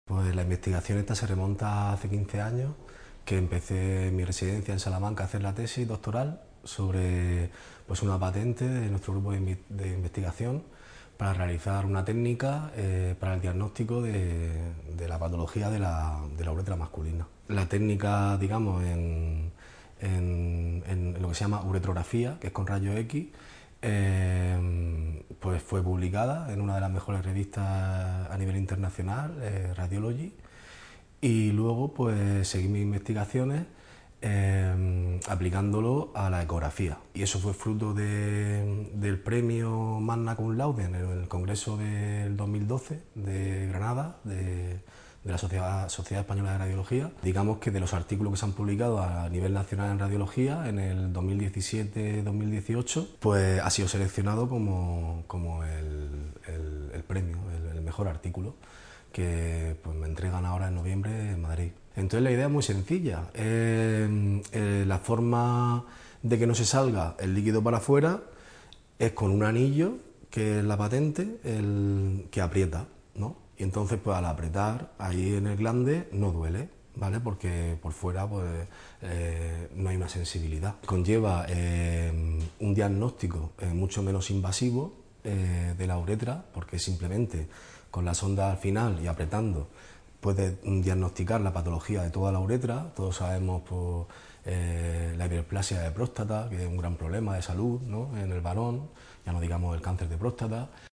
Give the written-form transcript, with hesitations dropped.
Pues la investigación esta se remonta hace 15 años, que empecé mi residencia en Salamanca a hacer la tesis doctoral sobre pues, una patente de nuestro grupo de investigación para realizar una técnica para el diagnóstico de la patología de la uretra masculina. La técnica, digamos, en lo que se llama uretrografía, que es con rayos X, pues fue publicada en una de las mejores revistas a nivel internacional, Radiology, y luego pues seguí mis investigaciones aplicándolo a la ecografía. Y eso fue fruto del premio Magna Cum Laude en el Congreso del 2012 de Granada, de la Sociedad Española de Radiología. Digamos que de los artículos que se han publicado a nivel nacional en radiología en el 2017-2018, pues ha sido seleccionado como el premio, el mejor artículo, que pues, me entregan ahora en noviembre en Madrid. Entonces la idea es muy sencilla. La forma de que no se salga el líquido para afuera es con un anillo, que es la patente, que aprieta, ¿no? Y entonces pues al apretar ahí en el glande no duele, ¿vale? Porque por fuera pues, no hay una sensibilidad. Conlleva un diagnóstico mucho menos invasivo de la uretra, porque simplemente con la sonda al final y apretando puede diagnosticar la patología de toda la uretra. Todos sabemos pues, la hiperplasia de próstata, que es un gran problema de salud, ¿no? En el varón, ya no digamos el cáncer de próstata.